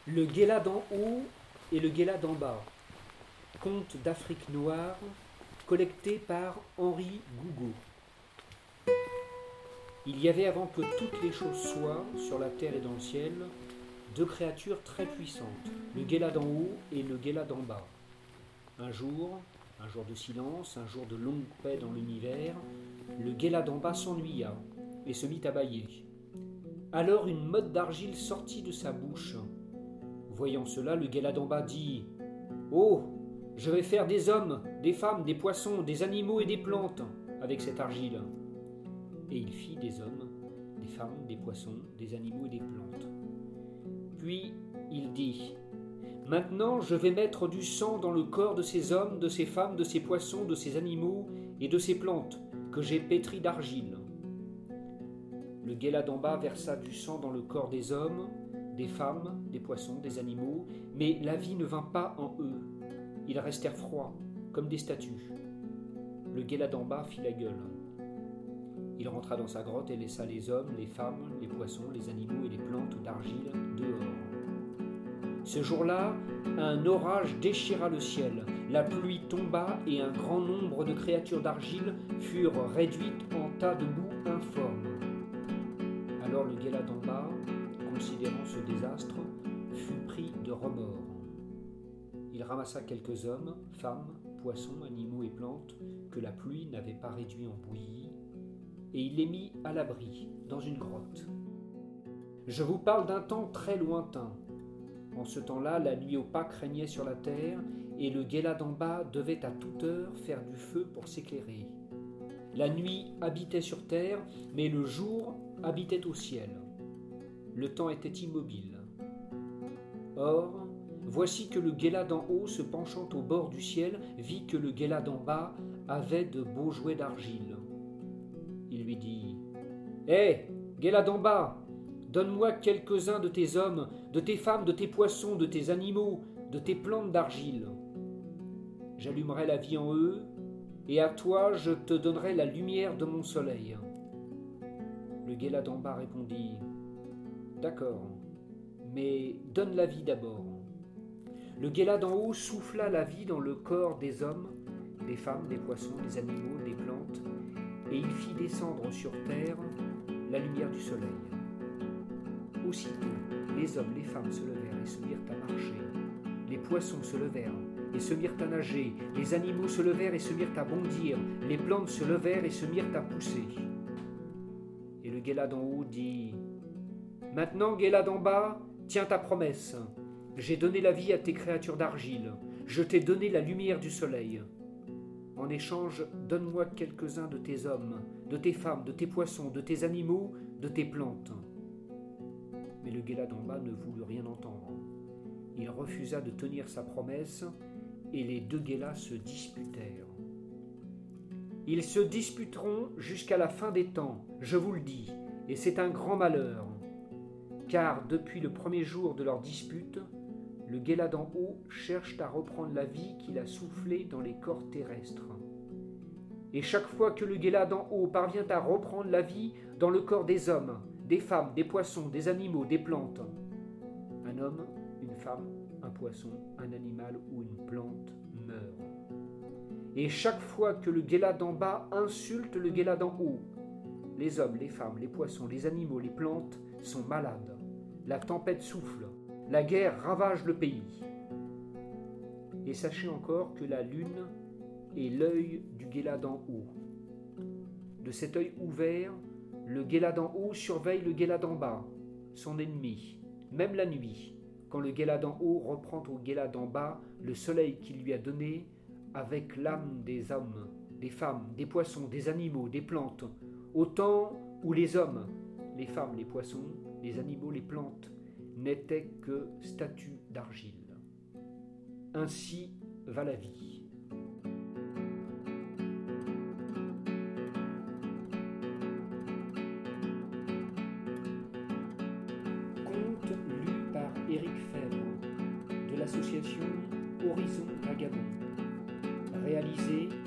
Le Guéla d'en haut et le Guéla d'en bas. Conte d'Afrique noire, collecté par Henri Gougaud. Il y avait avant que toutes les choses soient, sur la terre et dans le ciel, deux créatures très puissantes, le Guéla d'en haut et le Guéla d'en bas. Un jour de silence, un jour de longue paix dans l'univers, le Guéla d'en bas s'ennuya et se mit à bâiller. Alors une motte d'argile sortit de sa bouche. Voyant cela, le Guéla d'en bas dit « Oh, je vais faire des hommes, des femmes, des poissons, des animaux et des plantes avec cette argile. » Et il fit des hommes, des femmes, des poissons, des animaux et des plantes. Puis il dit « Maintenant je vais mettre du sang dans le corps de ces hommes, de ces femmes, de ces poissons, de ces animaux et de ces plantes que j'ai pétris d'argile. » Le Guéla d'en bas versa du sang dans le corps des hommes, des femmes, des poissons, des animaux, mais la vie ne vint pas en eux. Ils restèrent froids, comme des statues. Le Guéla d'en bas fit la gueule. Il rentra dans sa grotte et laissa les hommes, les femmes, les poissons, les animaux et les plantes d'argile dehors. Ce jour-là, un orage déchira le ciel, la pluie tomba et un grand nombre de créatures d'argile furent réduites en tas de boue informe. Alors le Guéla d'en bas, considérant ce désastre, fut pris de remords. Il ramassa quelques hommes, femmes, poissons, animaux et plantes que la pluie n'avait pas réduits en bouillie, et il les mit à l'abri, dans une grotte. Je vous parle d'un temps très lointain. En ce temps-là, la nuit opaque régnait sur la terre, et le Guéla d'en bas devait à toute heure faire du feu pour s'éclairer. La nuit habitait sur terre, mais le jour habitait au ciel. Le temps était immobile. Or, voici que le Guéla d'en haut, se penchant au bord du ciel, vit que le Guéla d'en bas avait de beaux jouets d'argile. Il lui dit « Hé, Guéla d'en bas, donne-moi quelques-uns de tes hommes, de tes femmes, de tes poissons, de tes animaux, de tes plantes d'argile. J'allumerai la vie en eux, et à toi je te donnerai la lumière de mon soleil. » Le Guéla d'en bas répondit « D'accord, mais donne la vie d'abord. » Le Guéla d'en haut souffla la vie dans le corps des hommes, des femmes, des poissons, des animaux, des plantes, et il fit descendre sur terre la lumière du soleil. Aussitôt, les hommes, les femmes se levèrent et se mirent à marcher. Les poissons se levèrent et se mirent à nager. Les animaux se levèrent et se mirent à bondir. Les plantes se levèrent et se mirent à pousser. Et le Guéla d'en haut dit « Maintenant, Guéla d'en bas, tiens ta promesse. J'ai donné la vie à tes créatures d'argile. Je t'ai donné la lumière du soleil. En échange, donne-moi quelques-uns de tes hommes, de tes femmes, de tes poissons, de tes animaux, de tes plantes. » Mais le Guéla d'en bas ne voulut rien entendre. Il refusa de tenir sa promesse et les deux Guélas se disputèrent. Ils se disputeront jusqu'à la fin des temps, je vous le dis, et c'est un grand malheur. Car depuis le premier jour de leur dispute, le Guéla d'en haut cherche à reprendre la vie qu'il a soufflée dans les corps terrestres. Et chaque fois que le Guéla d'en haut parvient à reprendre la vie dans le corps des hommes, des femmes, des poissons, des animaux, des plantes, un homme, une femme, un poisson, un animal ou une plante meurt. Et chaque fois que le Guéla d'en bas insulte le Guéla d'en haut, les hommes, les femmes, les poissons, les animaux, les plantes sont malades. La tempête souffle, la guerre ravage le pays. Et sachez encore que la lune est l'œil du Guéla d'en haut. De cet œil ouvert, le Guéla d'en haut surveille le Guéla d'en bas, son ennemi, même la nuit, quand le Guéla d'en haut reprend au Guéla d'en bas le soleil qu'il lui a donné avec l'âme des hommes, des femmes, des poissons, des animaux, des plantes, au temps où les hommes, les femmes, les poissons, les animaux, les plantes n'étaient que statues d'argile. Ainsi va la vie. Conte lu par Éric Fèvre de l'association Horizon Vagabond. Réalisé